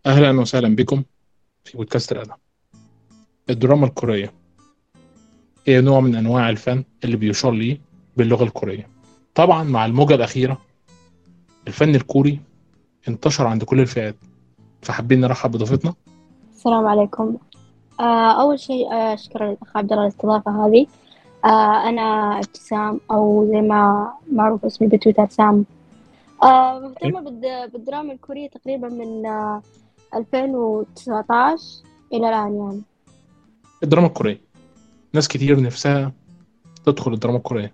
أهلا وسهلا بكم في بودكاست الأدب. الدراما الكورية هي نوع من أنواع الفن اللي بيشار ليه باللغة الكورية. طبعا مع الموجة الأخيرة الفن الكوري انتشر عند كل الفئات، فحابين نرحب بضيفتنا. السلام عليكم. أول شيء أشكر الأخ عبد الله الاستضافة هذه. أنا ابتسام أو زي ما معروف اسمي بتويتر سام. مهتمة بالدراما الكورية تقريبا من 2019 إلى الآن يعني. الدراما الكورية ناس كتير نفسها تدخل الدراما الكورية.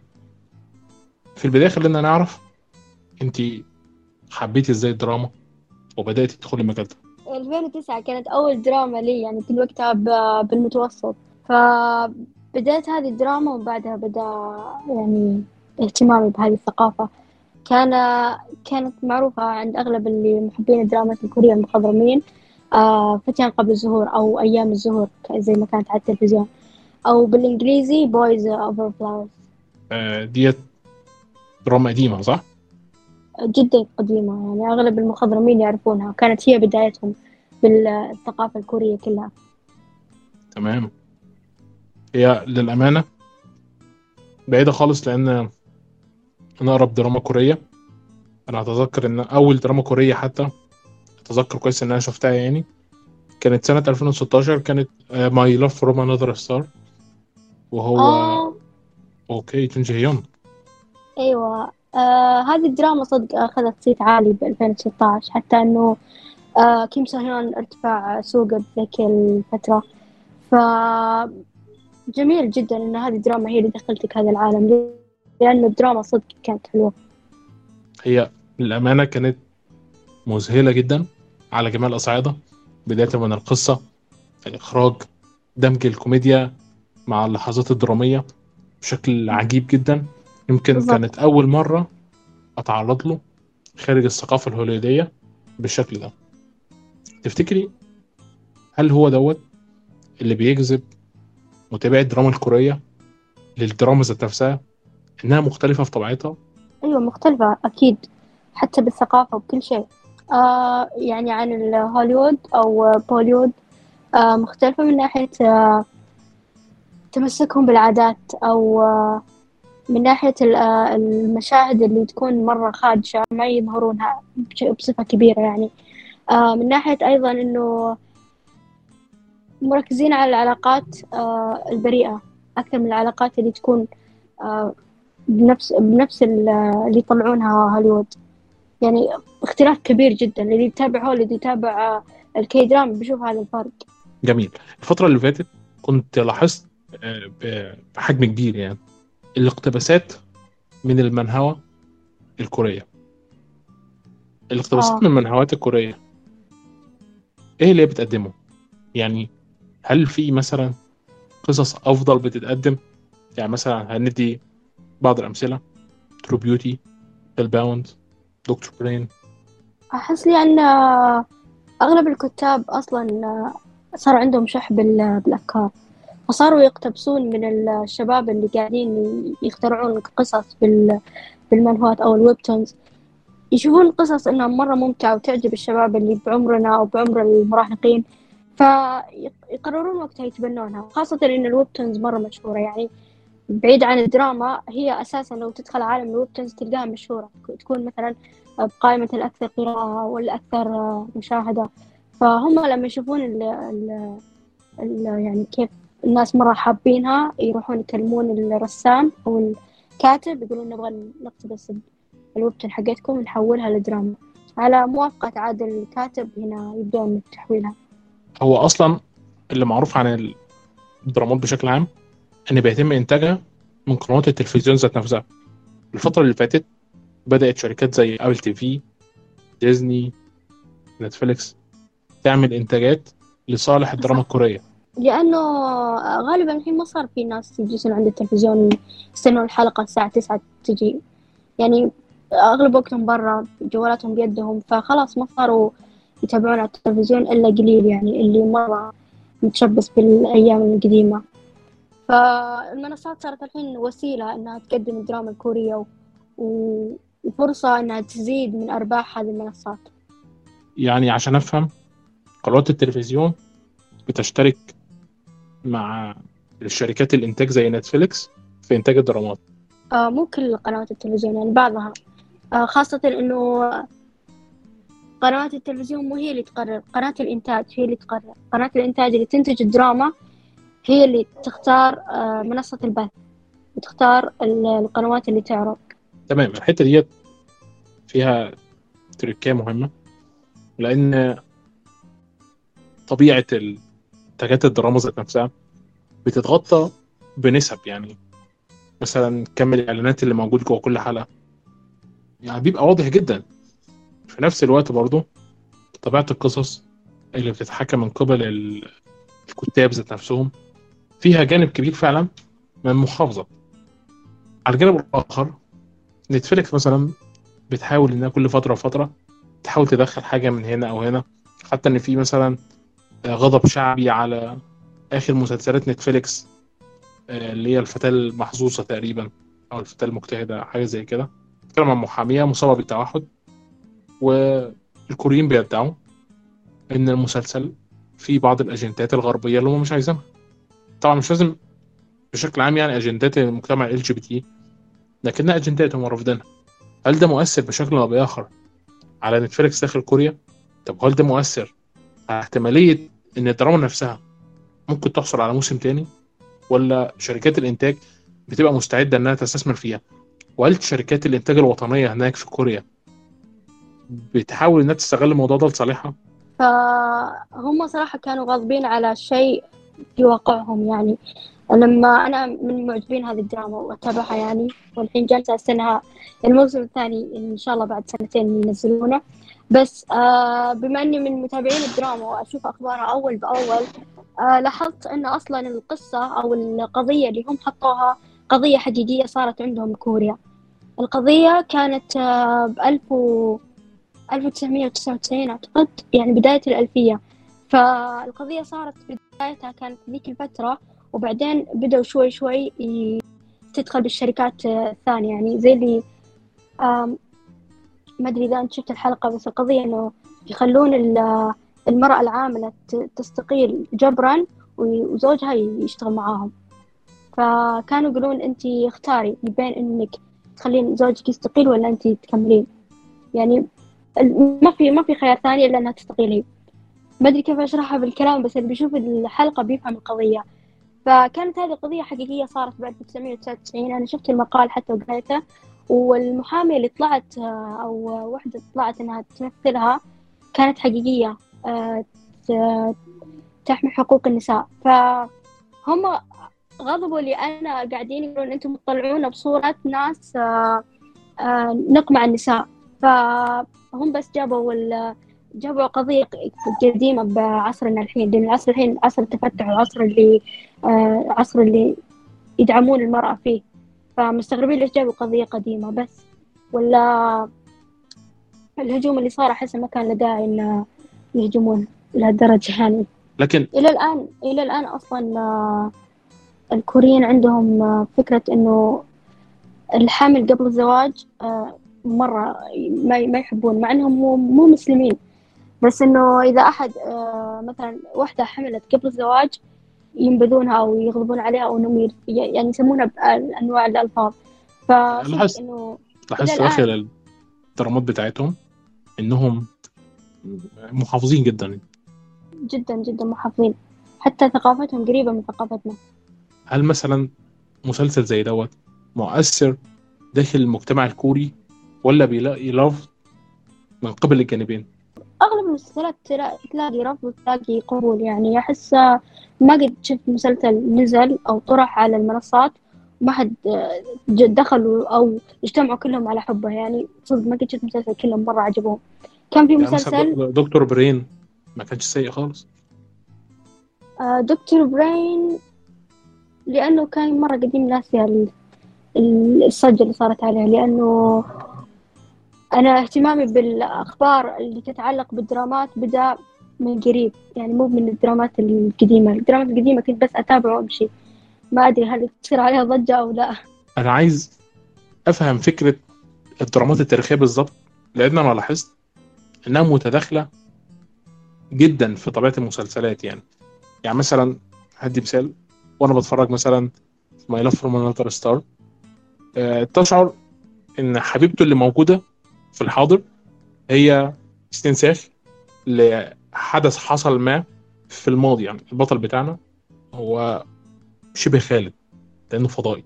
في البداية خلينا نعرف انت حبيتي ازاي الدراما وبدأتي تدخلي المجال ده. 2009 كانت أول دراما لي، يعني كنت وقتها بالمتوسط، فبدأت هذه الدراما وبعدها بدأ يعني اهتمامي بهذه الثقافة. كان كانت معروفة عند أغلب اللي محبين الدراما الكورية المخضرمين. فتيان قبل الظهور أو أيام الظهور زي ما كانت على التلفزيون، أو بالإنجليزي Boys Over Flowers. ديت دراما قديمة صح؟ جدا قديمة، يعني أغلب المخضرمين يعرفونها، وكانت هي بدايتهم بالثقافة الكورية كلها. تمام. هي للأمانة بعيدة خالص لأن أنا أقرب دراما كورية. أنا أتذكر إن أول دراما كورية حتى أتذكر كويس إن أنا شفتها يعني كانت سنة 2016. كانت ماي لاف فروم انذر ستار، وهو آه اوكي جون هيون. أيوة. هذه الدراما صدق أخذت صيت عالي ب 2016، حتى إنه كيم سو هيون ارتفاع سوقه بذيك الفترة. ف جميل جدا إن هذه الدراما هي اللي دخلتك هذا العالم، لأنه الدراما صدق كانت حلوة. هي للأمانة كانت مذهلة جدا على جميع الأصعدة، بداية من القصة، الإخراج، دمج الكوميديا مع اللحظات الدرامية بشكل عجيب جدا. يمكن بالضبط. كانت أول مرة أتعرض له خارج الثقافة الهوليودية بالشكل ده. تفتكري هل هو دوت اللي بيجذب متابعي الدراما الكورية للدراما ذات نفسها، إنها مختلفة في طبيعتها؟ أيوة مختلفة أكيد، حتى بالثقافة وبكل شيء. يعني عن الهوليوود أو بوليوود. مختلفة من ناحية تمسكهم بالعادات، أو من ناحية المشاهد اللي تكون مرة خادشة ما يظهرونها بصفة كبيرة يعني. من ناحية أيضا إنه مركزين على العلاقات البريئة أكثر من العلاقات اللي تكون آه، بنفس اللي يطلعونها هوليوود. يعني اختلاف كبير جدا، اللي يتابع هوليوود اللي يتابع الكي دراما بيشوف هذا الفرق. جميل. الفترة اللي فاتت كنت لاحظت بحجم كبير يعني الاقتباسات من المنهوى الكورية. الاقتباسات اه من المنهوات الكورية ايه اللي هي بتقدمه؟ يعني هل في مثلا قصص افضل بتتقدم؟ يعني مثلا هندي بعض الامثلة: ترو بيوتي، باوند، دكتور برين. أحس لي أن أغلب الكتاب أصلا صار عندهم شح بالأفكار، فصاروا يقتبسون من الشباب اللي قاعدين يخترعون قصص بالمانهوات أو الويبتونز. يشوفون قصص إنها مرة ممتعة وتعجب الشباب اللي بعمرنا أو بعمر المراهقين، فيقررون وقتها يتبنونها، خاصة إن الويبتونز مرة مشهورة يعني. بعيد عن الدراما، هي أساسا لو تدخل عالم الويبتونز تلقاها مشهورة، تكون مثلا بقائمة الأكثر قراءة والأكثر مشاهدة. فهم لما يشوفون يعني كيف الناس مرة حابينها، يروحون يكلمون الرسام أو الكاتب، يقولون نبغى نقتبس الويبتون حقتكم ونحولها لدراما. على موافقة عاد الكاتب هنا يبدون بتحويلها. هو اصلا اللي معروف عن الدرامات بشكل عام ان بيتم انتاجها من قنوات التلفزيون ذات نفسها. الفترة اللي فاتت بدأت شركات زي ابل تي في، ديزني، نتفليكس تعمل انتاجات لصالح الدراما صح، الكورية. لأنه غالبا الحين ما صار في ناس يجلسون عند التلفزيون يستنون الحلقة الساعة 9 تجي، يعني أغلب وقتهم برا جوالاتهم بيدهم، فخلاص ما صاروا يتابعون على التلفزيون إلا قليل، يعني اللي مرة متشبث بالأيام القديمة. فالمنصات صارت الحين وسيلة إنها تقدم الدراما الكورية وفرصة إنها تزيد من أرباح هذه المنصات. يعني عشان افهم، قنوات التلفزيون بتشترك مع الشركات الإنتاج زي نتفليكس في إنتاج الدرامات. مو كل قنوات التلفزيون، يعني بعضها. خاصة إنه قنوات التلفزيون مو هي اللي تقرر، قناة الإنتاج هي اللي تقرر. قناة الإنتاج اللي تنتج الدراما هي اللي تختار منصة البث، وتختار القنوات اللي تعرض. تمام. الحتة دي فيها تركية مهمة، لأن طبيعة إنتاجات الدراما ذات نفسها بتتغطى بنسب. يعني مثلا كم الإعلانات اللي موجود جوه كل حلقة يعني بيبقى واضح جدا. في نفس الوقت برضو طبيعة القصص اللي بتتحكى من قبل الكتاب ذات نفسهم فيها جانب كبير فعلا من المحافظة. على الجانب الآخر نتفليكس مثلا بتحاول إنها كل فترة وفترة تحاول تدخل حاجة من هنا أو هنا. حتى إن في مثلا غضب شعبي على آخر مسلسلات نتفليكس، اللي هي الفتاة المحظوظة تقريبا، أو الفتاة المجتهدة، حاجة زي كده. بتتكلم عن محامية مصابة بالتوحد، والكوريين بيدعوا إن المسلسل فيه بعض الأجندات الغربية اللي هم مش عايزينها. طبعا مش لازم بشكل عام يعني أجندات المجتمع ال LGBT، لكنها أجندات هم رافضينها. هل ده مؤثر بشكل أو بآخر على نتفليكس داخل كوريا؟ طب هل ده مؤثر على احتمالية إن الدراما نفسها ممكن تحصل على موسم تاني، ولا شركات الإنتاج بتبقى مستعدة إنها تستثمر فيها؟ وهل شركات الإنتاج الوطنية هناك في كوريا بتحاول إنها تستغل الموضوع ده لصالحها؟ فهم صراحة كانوا غاضبين على شيء في واقعهم. يعني لما أنا من معجبين هذه الدراما وأتابعها يعني، والحين جالسة أستناها الموسم الثاني إن شاء الله بعد سنتين ينزلونه. بس بما أني من متابعين الدراما وأشوف أخبارها أول بأول، لاحظت أن أصلا القصة أو القضية اللي هم حطوها قضية حقيقية صارت عندهم بكوريا. القضية كانت بألف 1999 أعتقد، يعني بداية الألفية. فالقضية صارت بدايتها كانت ذيك الفترة، وبعدين بدأوا شوي شوي تدخل بالشركات الثانية، يعني زي اللي ما أدري إذا أنت شفت الحلقة، بس القضية إنه يخلون المرأة العاملة تستقيل جبرا وزوجها يشتغل معاهم. فكانوا يقولون أنت اختاري بين إنك تخلين زوجك يستقيل ولا أنت تكملين. يعني ما في خيار ثاني إلا أنها تستقيل هي. ما أدري كيف أشرحها بالكلام، بس اللي بيشوف الحلقة بيفهم القضية. فكانت هذه قضية حقيقية صارت ب 1999. أنا شفت المقال حتى وقريته، والمحامية اللي طلعت أو وحدة طلعت إنها تمثلها كانت حقيقية، تحمي حقوق النساء. فهم غضبوا لأن قاعدين يقولون أنتم تطلعونا بصورة ناس نقمع النساء. فهم بس جابوا قضية قديمة بعصرنا الحين، لأن العصر الحين عصر التفتح، وعصر عصر اللي يدعمون المرأة فيه. فمستغربين ليش جابوا قضية قديمة بس. ولا الهجوم اللي صار أحس ما كان له داعي إن يهجمون لهالدرجة يعني. لكن إلى الآن أصلا الكوريين عندهم فكرة إنه الحمل قبل الزواج مرة ما يحبون، مع إنهم مو مسلمين. بس إنه إذا أحد مثلا واحدة حملت قبل الزواج ينبذونها أو يغضبون عليها، أو إنهم يعني يسمونها بأنواع الألفاظ. فصدق لاحظت إنه إلى لاحظت الآن داخل الدرامات بتاعتهم إنهم محافظين جدا. جدا جدا محافظين، حتى ثقافتهم قريبة من ثقافتنا. هل مثلا مسلسل زي دوت مؤثر داخل المجتمع الكوري، ولا بيلاقي لفظ من قبل الجانبين؟ أغلب المسلسلات تلاقي رفض وتلاقي قبول. يعني أحس ما قد شفت مسلسل نزل أو طرح على المنصات ما حد دخلوا أو اجتمعوا كلهم على حبه. يعني صدق ما قد شفت مسلسل كلهم مرة عجبهم. كان في يعني مثلا مسلسل دكتور برين ما كانش سيء خالص. دكتور برين، لأنه كان مرة قديم ناسي الصجة اللي صارت عليه. لأنه أنا اهتمامي بالأخبار اللي تتعلق بالدرامات بدأ من قريب، يعني مو من الدرامات القديمة. الدرامات القديمة كنت بس أتابع وأمشي، ما أدري هل تصير عليها ضجة أو لا. أنا عايز أفهم فكرة الدرامات التاريخية بالظبط، لأن أنا لاحظت إنها متداخلة جدا في طبيعه المسلسلات. يعني مثلا هدي مثال، وانا بتفرج مثلا ماي لاف فروم انذر ستار، تشعر ان حبيبته اللي موجوده في الحاضر هي استنساخ لحدث حصل ما في الماضي. يعني البطل بتاعنا هو شبه خالد لانه فضائي،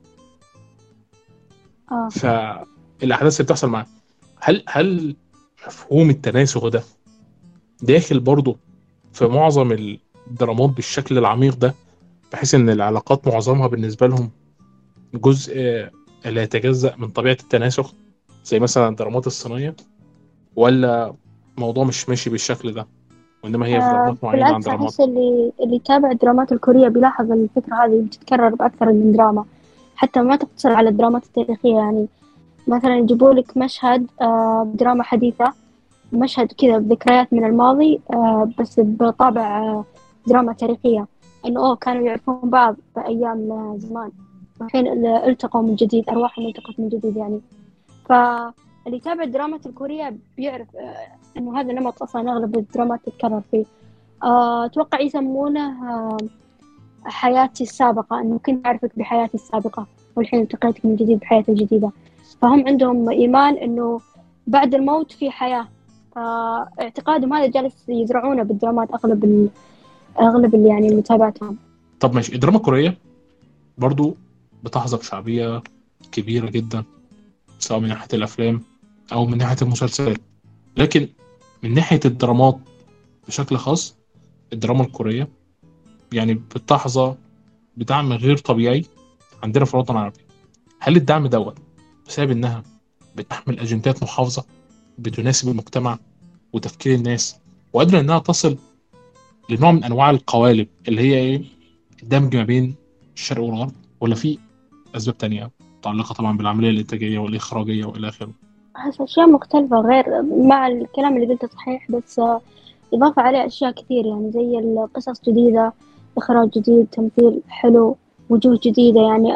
اه فالاحداث اللي بتحصل معاه، هل مفهوم التناسخ ده داخل برضه في معظم الدرامات بالشكل العميق ده، بحيث ان العلاقات معظمها بالنسبه لهم جزء لا يتجزأ من طبيعه التناسخ زي مثلا الدرامات الصينيه؟ ولا الموضوع مش ماشي بالشكل ده، وانما هي في درامات معينه عن بالعكس، درامات؟ أحس اللي يتابع الدرامات الكورية بيلاحظ الفكرة هذه بتتكرر بأكثر من دراما، حتى ما تقتصر على الدرامات التاريخية. يعني مثلا يجيبوا لك مشهد بدراما حديثة، مشهد كذا بذكريات من الماضي بس بطابع دراما تاريخية، إنه كانوا يعرفون بعض بأيام زمان، والحين التقوا من جديد، أرواحهم التقت من جديد يعني. فاللي يتابع الدرامات الكورية بيعرف إنه هذا نمط أصلا أغلب الدرامات تتكرر فيه. أتوقع يسمونه حياتي السابقة، إنه كنت أعرفك بحياتي السابقة والحين التقيتك من جديد بحياتي الجديدة. فهم عندهم إيمان إنه بعد الموت في حياة، فاعتقادهم هذا جالس يزرعونه بالدرامات أغلب اللي يعني متابعتهم. طب ماشي، الدراما الكوريه برضو بتحظى بشعبيه كبيره جدا، سواء من ناحيه الافلام او من ناحيه المسلسلات، لكن من ناحيه الدرامات بشكل خاص، الدراما الكوريه يعني بتحظى بدعم غير طبيعي عندنا في الوطن العربي. هل الدعم دوت بسبب انها بتحمل اجندات محافظه بتناسب المجتمع وتفكير الناس، وقادره انها تصل لنوع من انواع القوالب اللي هي الدمج ما بين الشرق والغرب، ولا في اسباب تانية متعلقه طبعا بالعمليه الانتاجيه والاخراجيه والى اخره؟ أحس أشياء مختلفة غير مع الكلام اللي قلته صحيح، بس إضافة عليه أشياء كثير يعني زي القصص جديدة، إخراج جديد، تمثيل حلو، وجوه جديدة. يعني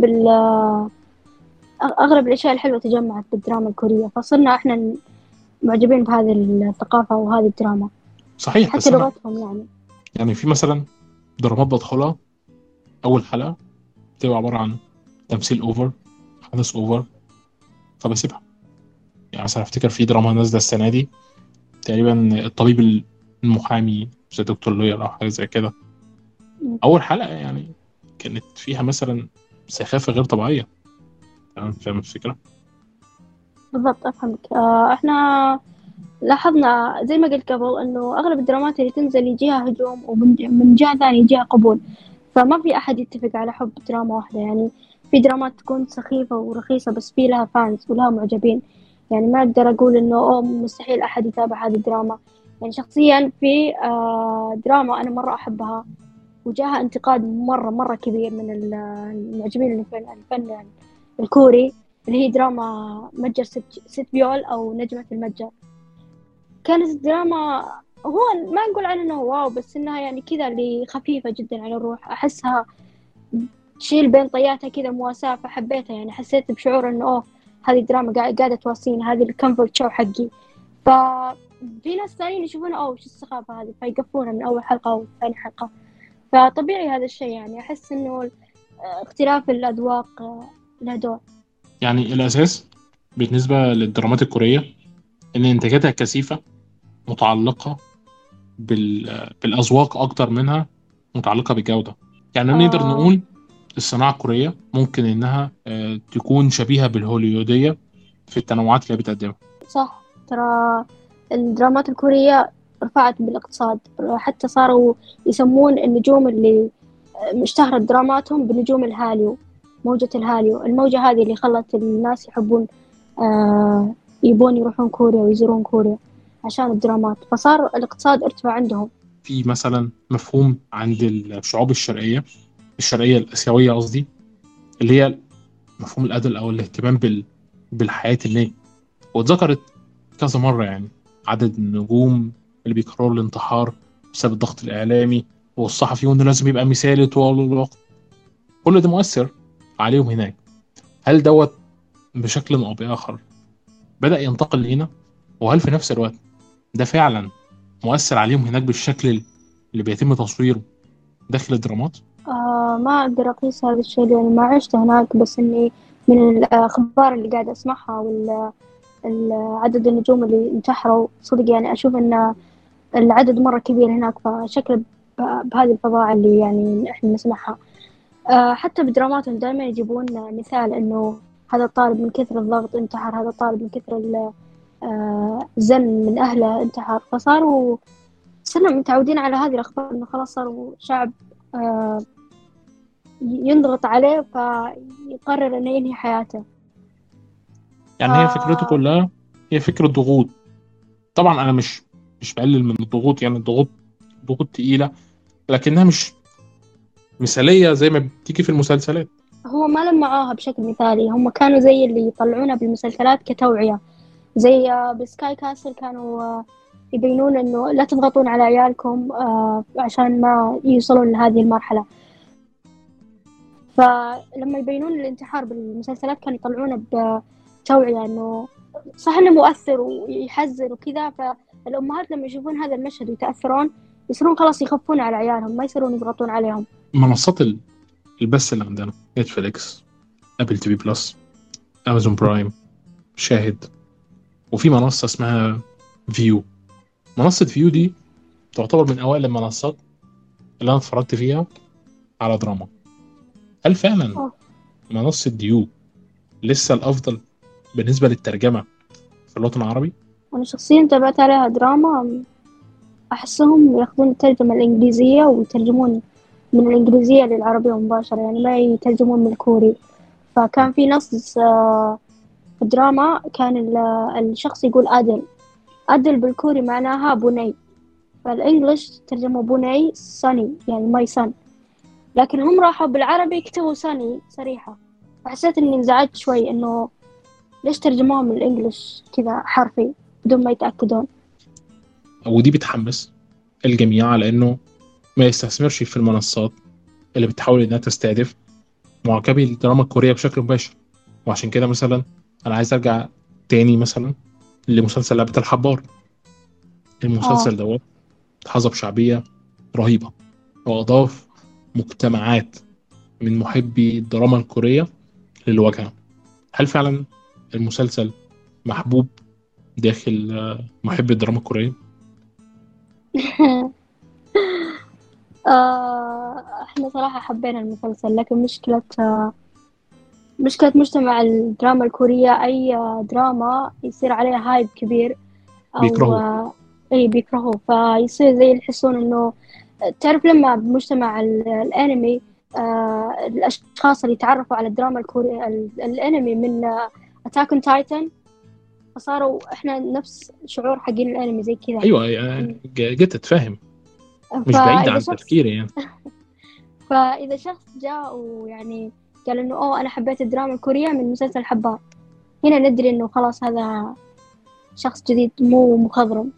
أغلب الأشياء الحلوة تجمعت بالدراما الكورية، فصرنا إحنا معجبين بهذه الثقافة وهذه الدراما، صحيح، حتى بس انا لغتهم يعني. يعني في مثلا درامات بدخلها اول حلقه بتبقى عباره عن تمثيل اوفر، حدث اوفر، فبسيبها. يعني مثلا افتكر في دراما نازله السنه دي تقريبا الطبيب المحامي زي دكتور لوير او حاجه زي كده، اول حلقه يعني كانت فيها مثلا سخافه غير طبيعيه. تمام، فاهم الفكره؟ بالضبط أفهمك. إحنا لاحظنا زي ما قلت قبل إنه أغلب الدرامات اللي تنزل يجيها هجوم، ومن من جهة ثانية يجيها قبول، فما في أحد يتفق على حب دراما واحدة. يعني في درامات تكون سخيفة ورخيصة بس في لها فانز ولها معجبين، يعني ما أقدر أقول إنه مستحيل أحد يتابع هذه الدراما. يعني شخصيا في دراما أنا مرة أحبها وجاها انتقاد مرة كبير من المعجبين الفن يعني الكوري، اللي هي دراما متجر ست بيول أو نجمة المتجر. كانت دراما، هو ما نقول عنها إنه واو، بس إنها يعني كذا اللي خفيفة جدا على الروح، أحسها تشيل بين طياتها كذا مواساة، فحبيتها. يعني حسيت بشعور إنه هذه الدراما قاعدة تواسيني، هذه الكمفورت شو حقي. ففي ناس ثانيين يشوفون وش السخافة هذه، فيقفونها من أول حلقة أو ثاني حلقة. فطبيعي هذا الشيء، يعني أحس إنه اختلاف الأذواق له دور. يعني الاساس بالنسبه للدرامات الكوريه ان انتاجاتها كثيفه، متعلقه بالاذواق اكتر منها متعلقه بالجوده. يعني نقدر آه نقول الصناعه الكوريه ممكن انها تكون شبيهه بالهوليوديه في التنوعات اللي هي بتقدمها. صح، ترى الدرامات الكورية رفعت بالاقتصاد، حتى صاروا يسمون النجوم اللي اشتهرت دراماتهم بنجوم الهاليو، موجة الهاليو، الموجة هذه اللي خلت الناس يحبون يبون يروحون كوريا ويزورون كوريا عشان الدرامات، فصار الاقتصاد ارتفع عندهم. في مثلا مفهوم عند الشعوب الشرقيه الاسيويه قصدي، اللي هي مفهوم الادب او الاهتمام بالحياه النجم، واتذكرت كذا مره. يعني عدد النجوم اللي بيقرروا الانتحار بسبب الضغط الاعلامي والصحفي، وانه لازم يبقى مثالي طول الوقت، كل ده مؤثر عليهم هناك. هل دوت بشكل او باخر بدأ ينتقل لينا؟ وهل في نفس الوقت ده فعلا مؤثر عليهم هناك بالشكل اللي بيتم تصويره داخل الدرامات؟ ما أقدر أقيس هذا الشيء لأني ما عشت هناك، بس إني من الأخبار اللي قاعدة أسمعها عدد النجوم اللي انتحروا صدق، يعني أشوف إن العدد مرة كبير هناك، فشكله بهذه الفظاعة اللي يعني إحنا نسمعها. حتى بدراماتهم دائما يجيبون مثال إنه هذا الطالب من كثر الضغط انتحر، هذا الطالب من كثر الزن من أهله انتحر. صرنا متعودين على هذه الأخبار، إنه خلاص صاروا شعب آه، ينضغط عليه فيقرر إنه ينهي حياته. يعني هي فكرته كلها هي فكرة ضغوط. طبعا انا مش بقلل من الضغوط، يعني الضغوط ضغوط تقيلة، لكنها مش مثالية زي ما بتيجي في المسلسلات. هو ما لمعوها بشكل مثالي، هم كانوا زي اللي يطلعونه بالمسلسلات كتوعية، زي بسكاي كاسل كانوا يبينون إنه لا تضغطون على عيالكم عشان ما يوصلون لهذه المرحلة. فلما يبينون الانتحار بالمسلسلات كانوا يطلعونه بتوعية، إنه صح إنه مؤثر ويحذر وكذا، فالأمهات لما يشوفون هذا المشهد ويتأثرون يصيرون خلاص يخفون على عيالهم، ما يصيرون يضغطون عليهم. منصات البث اللي عندنا نتفليكس، ابل تي في بلس، امازون برايم، شاهد، وفي منصة اسمها فيو. منصة فيو دي تعتبر من أوائل المنصات اللي أنا اتفرجت فيها على دراما. هل فعلا أوه. منصة فيو لسه الأفضل بالنسبة للترجمة في الوطن العربي؟ أنا شخصيا تابعت عليها دراما، أحسهم ياخذون الترجمة الإنجليزية ويترجمون من الإنجليزية للعربية مباشرة، يعني ما يترجمون من الكوري. فكان في نص في الدراما كان الشخص يقول أدل بالكوري معناها بني، فالإنجليش ترجموا بني ساني يعني ماي سان، لكن هم راحوا بالعربي كتبوا ساني صريحة. فحسيت إني انزعجت شوي إنه ليش ترجموها من الإنجليش كذا حرفي بدون ما يتأكدون. ودي بتحمس الجميع على إنه ما يستثمرش في المنصات اللي بتحاول إنها تستهدف معجبي الدراما الكورية بشكل مباشر. وعشان كده مثلا أنا عايز أرجع تاني مثلا لمسلسل لعبة الحبار. آه المسلسل دوت حظى بشعبية رهيبة، وأضاف مجتمعات من محبي الدراما الكورية للواجهة. هل فعلا المسلسل محبوب داخل محبي الدراما الكورية؟ احنا صراحة حبينا المسلسل، لكن مشكلة مجتمع الدراما الكورية أي دراما يصير عليها هايب كبير أو بيكرهوا. أي بيكرهوه، فيصير زي اللي يحسون إنه تعرف لما بمجتمع الأنمي الأشخاص اللي تعرفوا على الدراما الكورية الأنمي من أتاك أون تايتن، فصاروا إحنا نفس شعور حقين الأنمي زي كذا. أيوة، جيت أتفاهم، مش بعيد فإذا عن شخص تفكيري يعني. فإذا شخص جاء ويعني قال إنه أوه أنا حبيت الدراما الكورية من مسلسل حبار، هنا ندري إنه خلاص هذا شخص جديد مو مخضرم.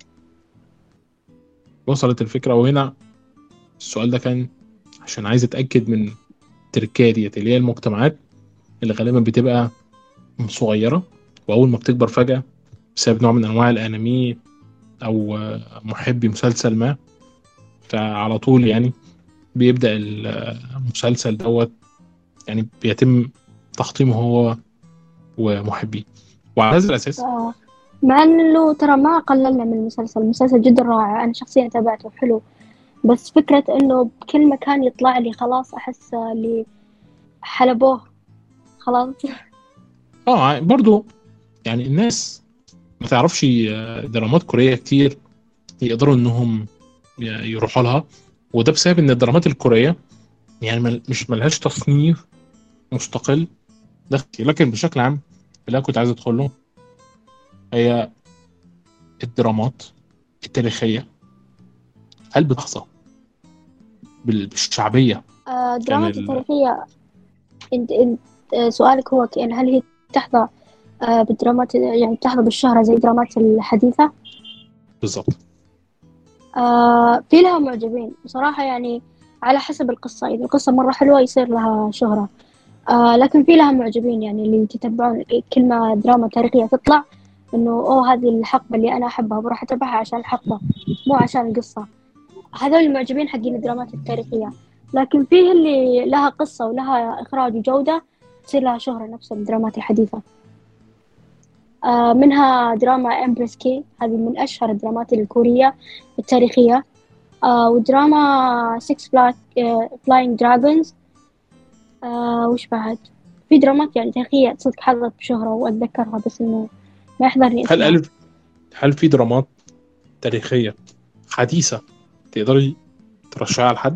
وصلت الفكرة. وهنا السؤال ده كان عشان عايز أتأكد من التركية ديت، اللي هي المجتمعات اللي غالبا بتبقى صغيرة، وأول ما بتكبر فجأة بسبب نوع من أنواع الأنمي أو محبي مسلسل ما، فعلى طول يعني بيبدأ المسلسل دوت يعني بيتم تحطيمه هو ومحبيه. وعلى هذا الأساس مع إنه ترى ما قللنا من المسلسل جدا رائع، أنا شخصيا تابعته حلو، بس فكرة إنه بكل مكان يطلع لي خلاص أحس اللي حلبوه خلاص. برضو يعني الناس ما تعرفش درامات كورية كتير يقدروا انهم يروحوا لها، وده بسبب ان الدرامات الكورية يعني مش ملهاش تصنيف مستقل داخلي. لكن بشكل عام اللي انا كنت عايز ادخله هي الدرامات التاريخية. هل بتحظى بالشعبية الدراما التاريخية، انت سؤالك هو كأن هل هي تحظى بالدرامات، يعني تحظى بالشهرة زي الدرامات الحديثة؟ بالظبط. في لها معجبين بصراحة، يعني على حسب القصة، إذا القصة مرة حلوة يصير لها شهرة. لكن في لها معجبين يعني اللي يتتبعون كل ما دراما تاريخية تطلع إنه أوه هذه الحقبة اللي أنا أحبها بروح أتابعها عشان الحقبة مو عشان القصة. هذول المعجبين حقين الدرامات التاريخية. لكن فيه اللي لها قصة ولها إخراج وجودة تصير لها شهرة نفس الدرامات الحديثة. منها دراما إمبرس كي، هذه من أشهر الدرامات الكورية التاريخية. ودراما 6 فلاينج دراجونز. وش بعد؟ في درامات يعني تاريخية صدق حظت بشهرة وأتذكرها بس إنه ما يحضرني هل اسمها. هل في درامات تاريخية حديثة تقدري ترشحها لحد؟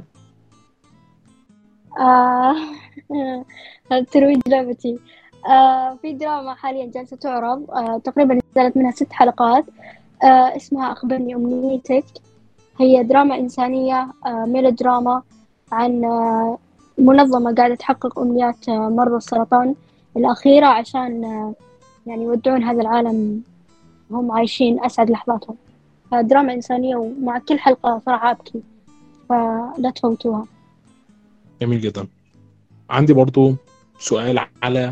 آه ترويج لعبتي. في دراما حاليا جالسة تعرض، تقريبا نزلت منها 6 حلقات. اسمها أخبرني أمنيتك. هي دراما إنسانية، ميلودراما عن منظمة قاعدة تحقق أمنيات مرضى السرطان الأخيرة عشان يعني يودعون هذا العالم هم عايشين أسعد لحظاتهم. دراما إنسانية ومع كل حلقة صراحة أبكي، فلا تفوتوها. جميل جدا. عندي برضو سؤال على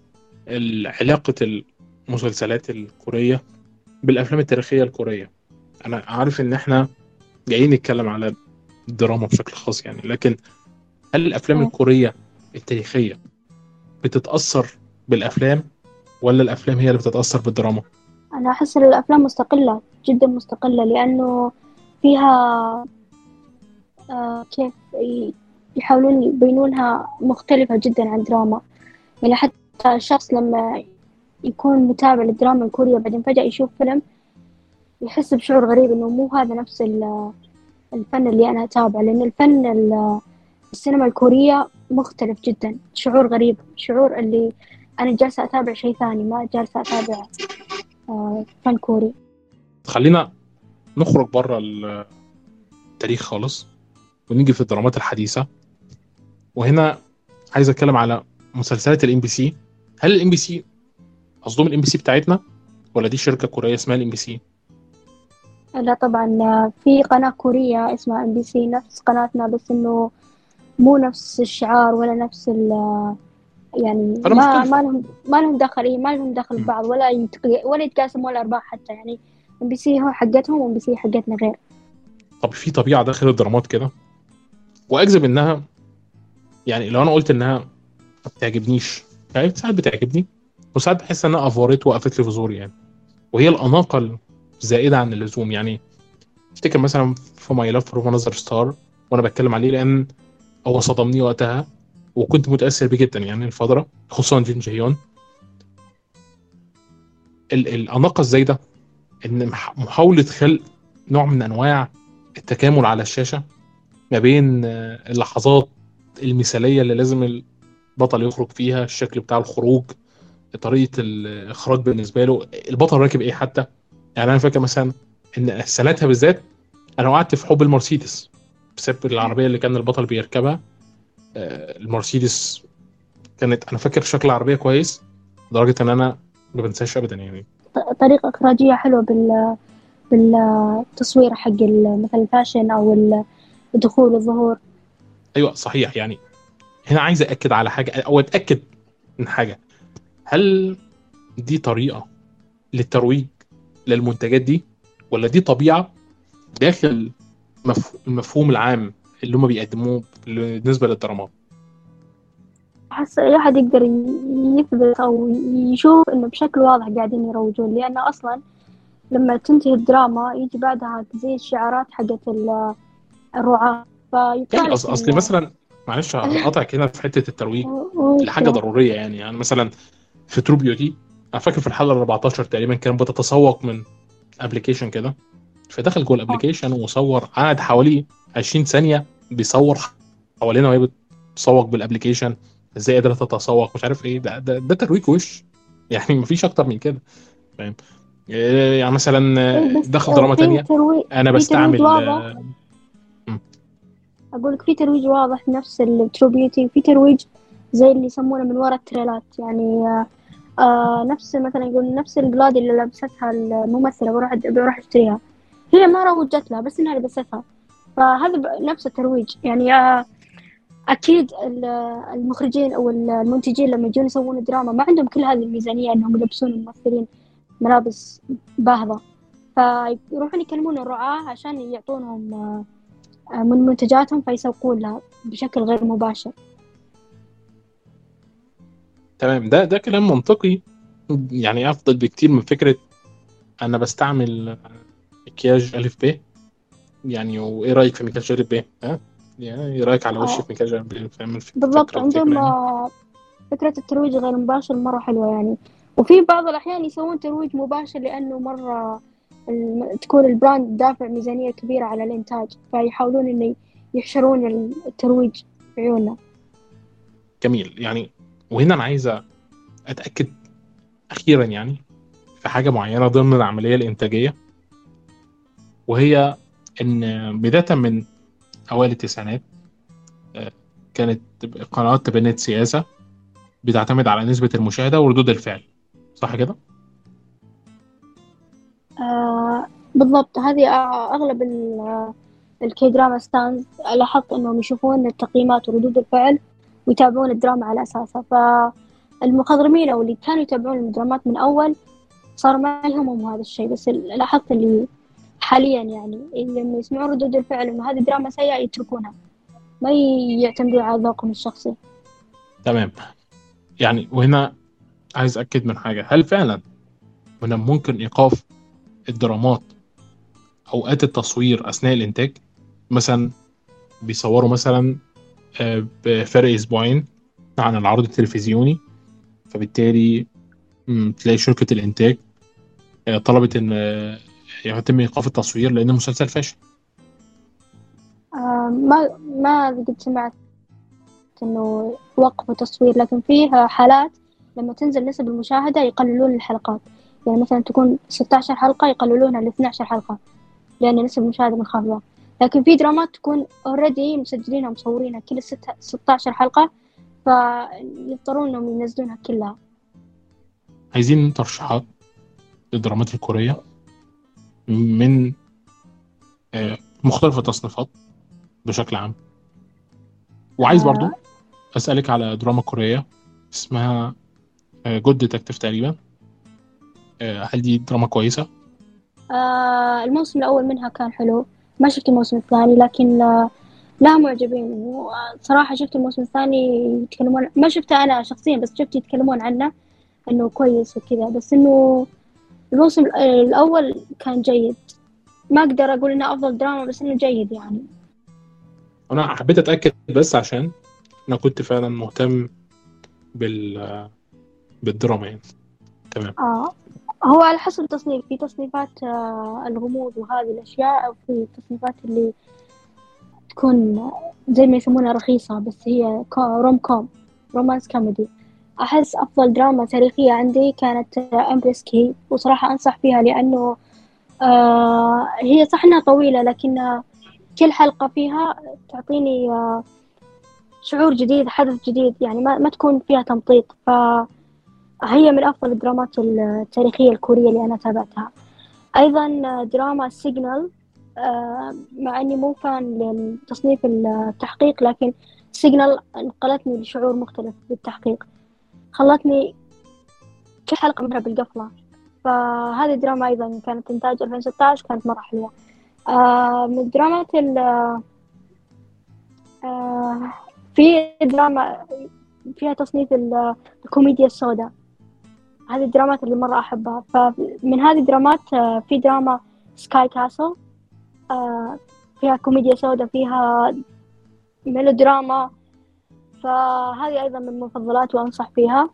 علاقة المسلسلات الكورية بالأفلام التاريخية الكورية. أنا عارف إن إحنا جايين نتكلم على الدراما بشكل خاص يعني، لكن هل الأفلام آه، الكورية التاريخية بتتأثر بالأفلام ولا الأفلام هي اللي بتتأثر بالدراما؟ أنا أحس إن الأفلام مستقلة جدا مستقلة، لأنه فيها كيف يحاولون يبينونها مختلفة جدا عن دراما. يعني حتى الشخص لما يكون متابع للدراما الكورية بعدين فجأة يشوف فيلم يحس بشعور غريب إنه مو هذا نفس الفن اللي أنا أتابعه، لأن السينما الكورية مختلف جدا. شعور غريب، شعور اللي أنا جالسة أتابع شيء ثاني، ما جالسة أتابع فن كوري. خلينا نخرج بره التاريخ خالص ونيجي في الدرامات الحديثة. وهنا عايز أتكلم على مسلسلات الام بي سي. هل الام بي سي قصدهم الام بي سي بتاعتنا ولا دي شركة كورية اسمها الام بي سي؟ لا طبعا، في قناة كورية اسمها MBC نفس قناتنا، بس إنه مو نفس الشعار ولا نفس يعني أنا مختلفة. ما لهم دخل، ما لهم دخل ببعض، ولا يتقاسموا الأرباح حتى. يعني MBC هو حقتهم وMBC حقتنا غير. طب في طبيعة داخل الدرامات كده واجزم انها، يعني لو انا قلت انها ما بتعجبنيش، يعني ساعات بتعجبني وساعات بحس انها افورت وقفت لي في زوري يعني، وهي الاناقه الزائده عن اللزوم. يعني افتكر مثلا في ماي لاف فور مانذر ستار، وانا بتكلم عليه لان هو صدمني وقتها وكنت متاثر بيه جدا يعني الفتره، خصوصا جين جهيون. الاناقه الزايده، ان محاوله خلق نوع من انواع التكامل على الشاشه ما بين اللحظات المثاليه اللي لازم البطل يخرج فيها، الشكل بتاع الخروج، طريقه الاخراج بالنسبه له، البطل راكب ايه حتى. يعني انا فاكر مثلا ان سنتها بالذات انا وقعت في حب المرسيدس بسبب العربيه اللي كان البطل بيركبها. المرسيدس كانت، انا فاكر شكل العربيه كويس لدرجه ان انا ما بنساش ابدا يعني. طريقة إخراجية حلوة بالتصوير حق مثلا الفاشن أو الدخول والظهور. ايوه صحيح. يعني هنا عايز اكد على حاجه او اتاكد من حاجه، هل دي طريقه للترويج للمنتجات دي ولا دي طبيعه داخل المفهوم العام اللي هم بيقدموه بالنسبه للدرامات؟ أحس أي أحد يقدر يثبت أو يشوف إنه بشكل واضح قاعدين يروجون، لأن أصلا لما تنتهي الدراما يجي بعدها زي الشعارات حقت الرعاة، فيطلع يعني لك اصلي مثلا، معلش هقطعك هنا في حته الترويج لحاجه المشكلة. ضروريه يعني مثلا في ترو بيوتي، انا فاكر في الحلقه ال 14 تقريبا كان بتتسوق من ابلكيشن كده، فدخل جوه الابلكيشن وصور، قعد حوالي 20 ثانيه بيصور حوالينا وهي بتتسوق بالابلكيشن، ازاي قادره تتسوق مش عارف ايه. ده ترويج وش يعني مفيش اكتر من كده، فاهم؟ يعني مثلا إيه بس دخل دراما في تانية ترويج، انا في ترويج بستعمل واضح. م. أقول لك في ترويج واضح نفس الترو بيوتي، في ترويج زي اللي يسمونه من وراء التريلات. يعني نفس مثلا يقول نفس القلادة اللي لبستها الممثلة بروح اشتريها، هي ما روجت لها بس انها لبستها. فهذا نفس الترويج يعني. اكيد المخرجين او المنتجين لما يجون يسوون دراما ما عندهم كل هذه الميزانية انهم يلبسون الممثلين ملابس باهظة، فيروحون يكلمون الرعاة عشان يعطونهم من منتجاتهم فيسوقون لها بشكل غير مباشر. تمام، ده كلام منطقي، يعني افضل بكتير من فكره انا بستعمل مكياج الف ب. يعني وايه رايك في مكياج الف ب؟ ها، يعني ايه رايك على وشي آه، في مكياج الف ب؟ فاهم بالضبط، الفكره عندهم يعني. فكرة الترويج غير المباشر مرة حلوة يعني. وفي بعض الأحيان يسوون ترويج مباشر لأنه مرة تكون البراند دافع ميزانية كبيرة على الإنتاج، فيحاولون إنه يحشرون الترويج في عيوننا. جميل يعني. وهنا انا عايز اتاكد اخيرا يعني في حاجه معينه ضمن العمليه الانتاجيه، وهي ان بدايه من اوائل التسعينات آه، كانت قنوات تبنت سياسه بتعتمد على نسبه المشاهده وردود الفعل، صح كده؟ بالضبط، هذه أغلب الكي دراما ستانز لاحظت إنهم يشوفون التقييمات وردود الفعل ويتابعون الدراما على أساسها. فالمخضرمين أو اللي كانوا يتابعون الدرامات من أول صار ما يهمهم هذا الشيء. بس لاحظت اللي حاليا يعني اللي لما يسمعون ردود الفعل إنه هذه دراما سيئة يتركونها، ما يعتمدون على ذوقهم الشخصي. تمام. يعني وهنا عايز أكد من حاجة، هل فعلا من ممكن إيقاف الدرامات أوقات التصوير أثناء الإنتاج؟ مثلا بيصوروا مثلا بفرق أسبوعين عن العرض التلفزيوني، فبالتالي تلاقي شركة الإنتاج طلبت إن يتم إيقاف التصوير لأن المسلسل فاشل. ما قد سمعت إنه وقفوا تصوير، لكن فيه حالات لما تنزل نسب المشاهدة يقللون الحلقات. يعني مثلا تكون 16 حلقة يقللونها ل 12 حلقة لأن نسب المشاهدة منخفضة. لكن في درامات تكون اوريدي مسجلينها ومصورينها كل 16 حلقة، فيضطرون إنهم ينزلونها كلها. عايزين ترشيحات للدرامات الكورية من مختلف التصنيفات بشكل عام. وعايز برضو آه أسألك على دراما كورية اسمها جود ديتكتيف تقريبا، هل دي دراما كويسة؟ الموسم الأول منها كان حلو، ما شفت الموسم الثاني، لكن لا معجبين. صراحة شفت الموسم الثاني يتكلمون، ما شفته أنا شخصيا بس شفت يتكلمون عنه إنه كويس وكذا. بس إنه الموسم الأول كان جيد، ما أقدر أقول إنه أفضل دراما بس إنه جيد يعني. أنا حبيت أتأكد بس عشان أنا كنت فعلا مهتم بالدراما يعني. تمام. آه هو على حسب التصنيف، في تصنيفات الغموض وهذه الأشياء، أو في تصنيفات اللي تكون زي ما يسمونها رخيصة بس هي روم كوم، رومانس كوميدي. أحس أفضل دراما تاريخية عندي كانت أمبريس كي، وصراحة أنصح فيها لأنه هي صح إنها طويلة لكن كل حلقة فيها تعطيني شعور جديد، حدث جديد يعني، ما تكون فيها تمطيط. فهي من أفضل الدرامات التاريخية الكورية اللي أنا تابعتها. أيضا دراما سيجنال، مع إني مو فان لتصنيف التحقيق، لكن سيجنال نقلتني لشعور مختلف بالتحقيق، خلتني كل حلقة منها بالقفلة. فهذه الدراما أيضا كانت إنتاج 2016، كانت مرة حلوة. من الدرامات آه في دراما فيها تصنيف الكوميديا السوداء، هذه الدرامات اللي مرة أحبها. فمن هذه الدرامات في دراما سكاي كاسل، فيها كوميديا سوداء، فيها ميلودراما، فهذه أيضا من المفضلات وأنصح فيها.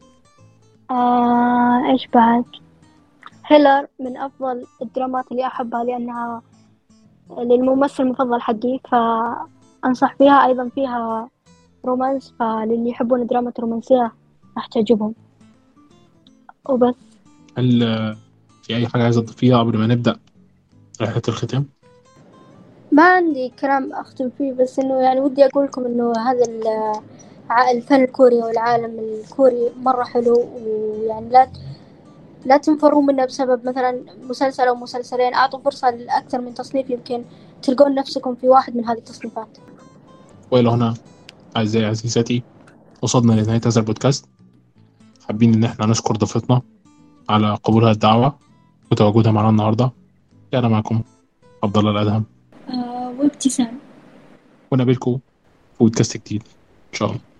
إيش بعد؟ هيلر من أفضل الدرامات اللي أحبها لأنها للممثل المفضل حقي، فأنصح فيها. أيضا فيها رومانس، فللي يحبون الدراما الرومانسية راح تعجبهم. وبس. هل في أي حاجة عايز أضيفيها قبل ما نبدأ رحلة الختام؟ ما عندي كلام أختم فيه، بس إنه يعني ودي أقول لكم إنه هذا الفن الكوري والعالم الكوري مرة حلو، ويعني لا تنفروا منه بسبب مثلا مسلسل أو مسلسلين. أعطوا فرصة لأكثر من تصنيف، يمكن تلقون نفسكم في واحد من هذه التصنيفات. وإلى هنا أعزائي عزيزاتي وصلنا لنهاية هذا البودكاست. حابين إن إحنا نشكر ضيفتنا على قبولها الدعوة وتواجدها معنا النهاردة. كان معكم عبد الله الأدهم وابتسام. ونقابلكم في بودكاست جديد إن شاء الله.